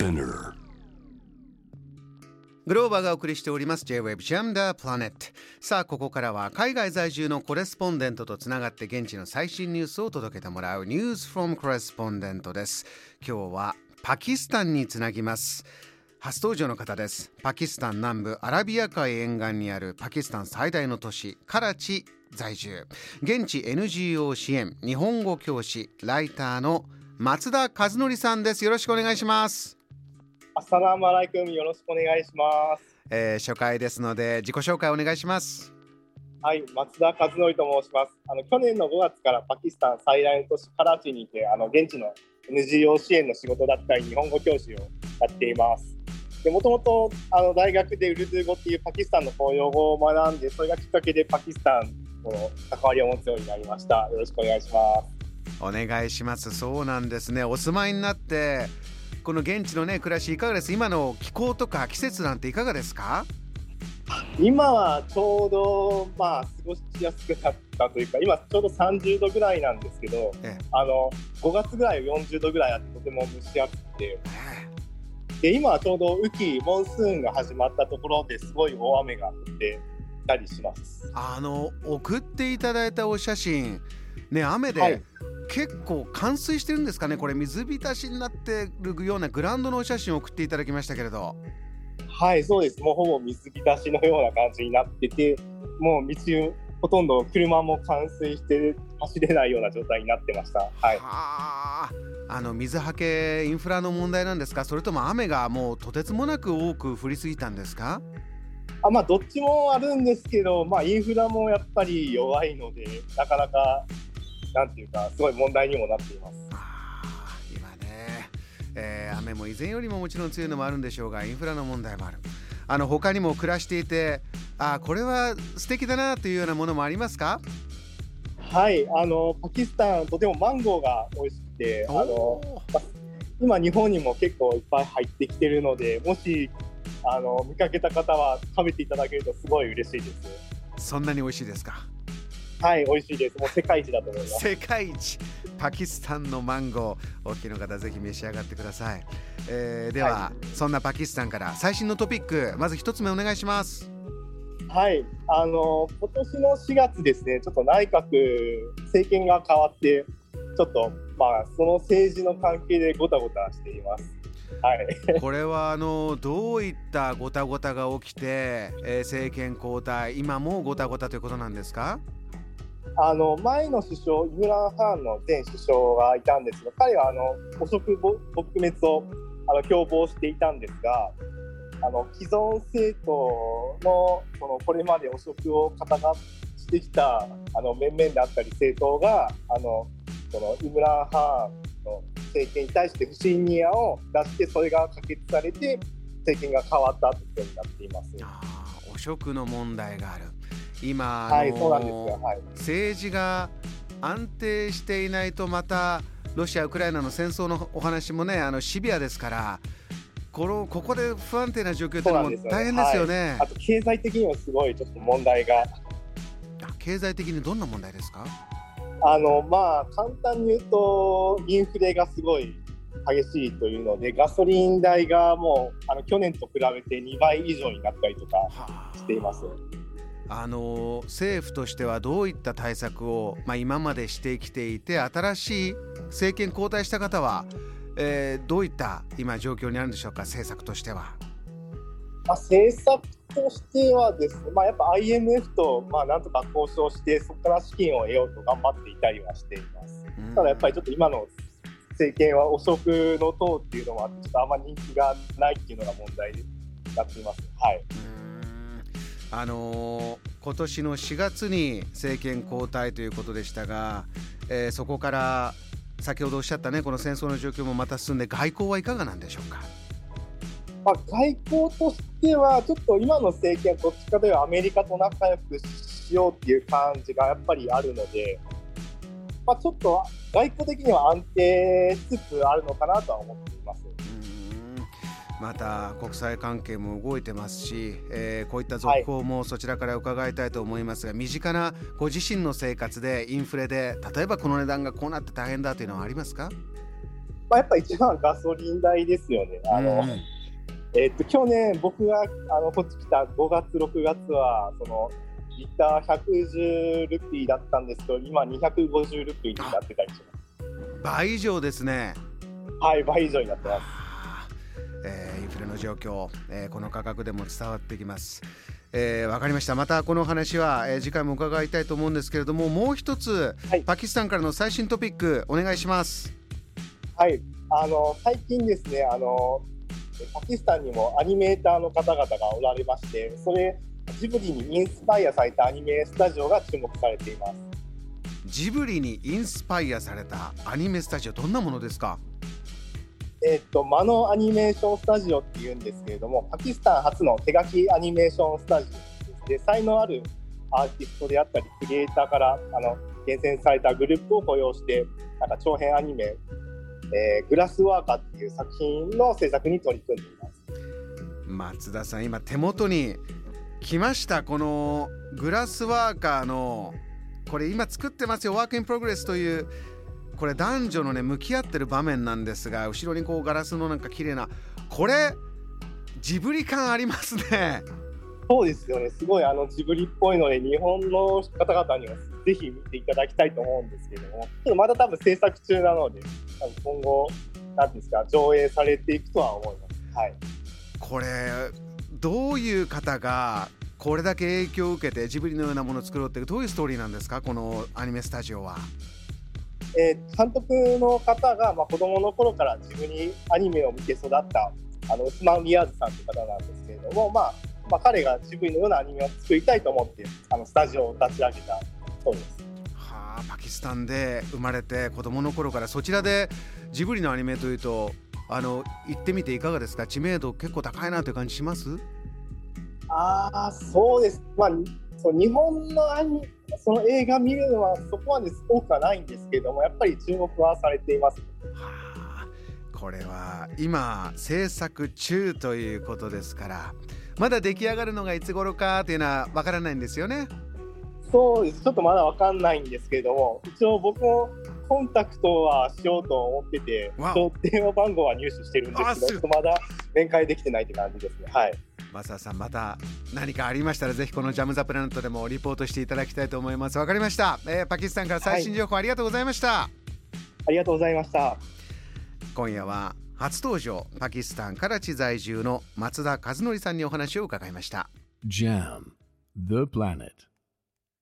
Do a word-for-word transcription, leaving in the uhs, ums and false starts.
Spinner。 グローバーがお送りしております J-Wave Jam the Planet。 さあここからは海外在住のコレスポンデントとつながって現地の最新ニュースを届けてもらう News from Correspondent です。今日はパキスタンにつなぎます。初登場の方です。パキスタン南部アラビア海沿岸にあるパキスタン最大の都市カラチ在住、現地 エヌジーオー 支援日本語教師ライターの松田和則さんです。よろしくお願いします。 アッサラームアライクム、よろしくお願いします。 えー、初回ですので自己紹介お願いします。 はい、松田和則と申します。あの去年のごがつからパキスタン最大の都市カラチにいて、あの現地の エヌジーオー 支援の仕事だったり日本語教師をやっています。でもともとあの大学でウルドゥー語っていうパキスタンの公用語を学んで、それがきっかけでパキスタンとの関わりを持つようになりました。よろしくお願いします。 お願いします。そうなんですね。お住まいになってこの現地のね暮らしいかがです？今の気候とか季節なんていかがですか？ 今はちょうどまあ過ごしやすくなったというか、今ちょうどさんじゅうどぐらいなんですけど、ええ、あのごがつぐらいよんじゅうどぐらいあってとても蒸し暑くて、で今はちょうど雨季モンスーンが始まったところですごい大雨が降っていたりします。 あの送っていただいたお写真ね、雨で、はい、結構冠水してるんですかね。これ水浸しになってるようなグラウンドのお写真を送っていただきましたけれど。 はい、そうです。もうほぼ水浸しのような感じになってて、もう道ほとんど車も冠水して走れないような状態になってました。はい。 はあの水はけインフラの問題なんですか？それとも雨がもうとてつもなく多く降りすぎたんですか？ あ、まあどっちもあるんですけど、まあインフラもやっぱり弱いので、なかなかなんていうかすごい問題にもなっています。 あ今ね、えー、雨も以前よりももちろん強いのもあるんでしょうが、インフラの問題もある。あの他にも暮らしていて、あこれは素敵だなというようなものもありますか？ はい、あのパキスタンとてもマンゴーが美味しくて、あの今日本にも結構いっぱい入ってきてるので、もしあの見かけた方は食べていただけるとすごい嬉しいです。 そんなに美味しいですか？ はい、美味しいです。もう世界一だと思います。 世界一、パキスタンのマンゴー、お聞きの方ぜひ召し上がってください。えー、では、はい、そんなパキスタンから最新のトピック、まず一つ目お願いします。 はい、あの今年のしがつですね、ちょっと内閣政権が変わって、ちょっとまあその政治の関係でごたごたしています。はい、 これはあのどういったごたごたが起きて、えー、政権交代、今もごたごたということなんですか？ あの前の首相イムラン・ハーンの前首相がいたんですが、彼はあの汚職撲滅をあの標榜していたんですが、あの既存政党 の, そのこれまで汚職を肩がしてきたあの面々であったり政党があのそのイムラン・ハーンの政権に対して不信任案を出して、それが可決されて政権が変わったということになっています。 あ汚職の問題がある。今、 はい、そうなんですよ、はい、 政治が安定していないと、またロシア・ウクライナの戦争のお話もね、あのシビアですから、このここで不安定な状況というのも大変ですよね。はい、 あと経済的にもすごいちょっと問題が。 経済的にどんな問題ですか？ あのまあ簡単に言うとインフレがすごい激しいというので、ガソリン代がもうあの去年と比べてにばい以上になったりとかしています。 あの政府としてはどういった対策を、まあ、今までしてきていて、新しい政権交代した方は、えー、どういった今状況にあるんでしょうか？政策としては。 まあ、政策としてはですね、まあ、やっぱ アイエムエフ とまあなんとか交渉して、そこから資金を得ようと頑張っていたりはしています。ただやっぱりちょっと今の政権は汚職の党っていうのもあって、ちょっとあんまり人気がないっていうのが問題になっています。はい。 あのー、今年のしがつに政権交代ということでしたが、えー、そこから先ほどおっしゃったね、この戦争の状況もまた進んで、外交はいかがなんでしょうか？ まあ、外交としてはちょっと今の政権はどっちかというとアメリカと仲良くしようっていう感じがやっぱりあるので、まあ、ちょっと外交的には安定しつつあるのかなとは思っています。 また国際関係も動いてますし、えー、こういった続報もそちらから伺いたいと思いますが、はい、身近なご自身の生活でインフレで例えばこの値段がこうなって大変だというのはありますか？ まあ、やっぱ一番ガソリン代ですよね。あの、うん、えー、っと去年僕があのこっち来たごがつろくがつはそのリッターひゃくじゅうルピーだったんですけど、今にひゃくごじゅうルピーになってたりします。 倍以上ですね。 はい、倍以上になってます。 えー、インフレの状況、えー、この価格でも伝わってきます。えー、わかりました。またこの話は、えー、次回も伺いたいと思うんですけれども、もう一つ、はい、パキスタンからの最新トピックお願いします。 はい、あの最近ですね、あのパキスタンにもアニメーターの方々がおられまして、それジブリにインスパイアされたアニメスタジオが注目されています。 ジブリにインスパイアされたアニメスタジオ、どんなものですか？ えー、っとマノアニメーションスタジオっていうんですけれども、パキスタン初の手書きアニメーションスタジオで、才能あるアーティストであったりクリエイターからあの厳選されたグループを雇用して、なんか長編アニメ、えー、グラスワーカーっていう作品の制作に取り組んでいます。松田さん、今手元に来ました。このグラスワーカーのこれ今作ってますよ、ワークインプログレスという、これ男女のね向き合ってる場面なんですが、後ろにこうガラスのなんか綺麗な、これジブリ感ありますね。 そうですよね、すごいあのジブリっぽいので、日本の方々にはぜひ見ていただきたいと思うんですけども、ちょっとまだ多分制作中なので、多分今後なんですか上映されていくとは思います。はい、 これどういう方がこれだけ影響を受けてジブリのようなものを作ろうって、どういうストーリーなんですか、このアニメスタジオは。 えー、監督の方が、まあ、子どもの頃から自分にアニメを見て育ったあのウスマン・リアーズさんという方なんですけれども、まあまあ、彼がジブリのようなアニメを作りたいと思ってあのスタジオを立ち上げたそうです。 はあ、パキスタンで生まれて子どもの頃からそちらでジブリのアニメというと、あの行ってみていかがですか？知名度結構高いなという感じします？ ああ、そうです。まあ、そう日本のアニその映画見るのはそこまで多くはないんですけれども、やっぱり注目はされています。 はあ、これは今制作中ということですから、まだ出来上がるのがいつ頃かというのはわからないんですよね。 そうです。ちょっとまだわかんないんですけれども、一応僕もコンタクトはしようと思ってて、電話番号は入手してるんですけど、ちょっとまだ面会できてないって感じですね。はい。 増田さん、また何かありましたらぜひこのジャムザプラネットでもリポートしていただきたいと思います。わかりました、えー、パキスタンから最新情報ありがとうございました、はい、 ありがとうございました。 今夜は初登場、パキスタンカラチ在住の松田和則さんにお話を伺いました。 ジャム The Planet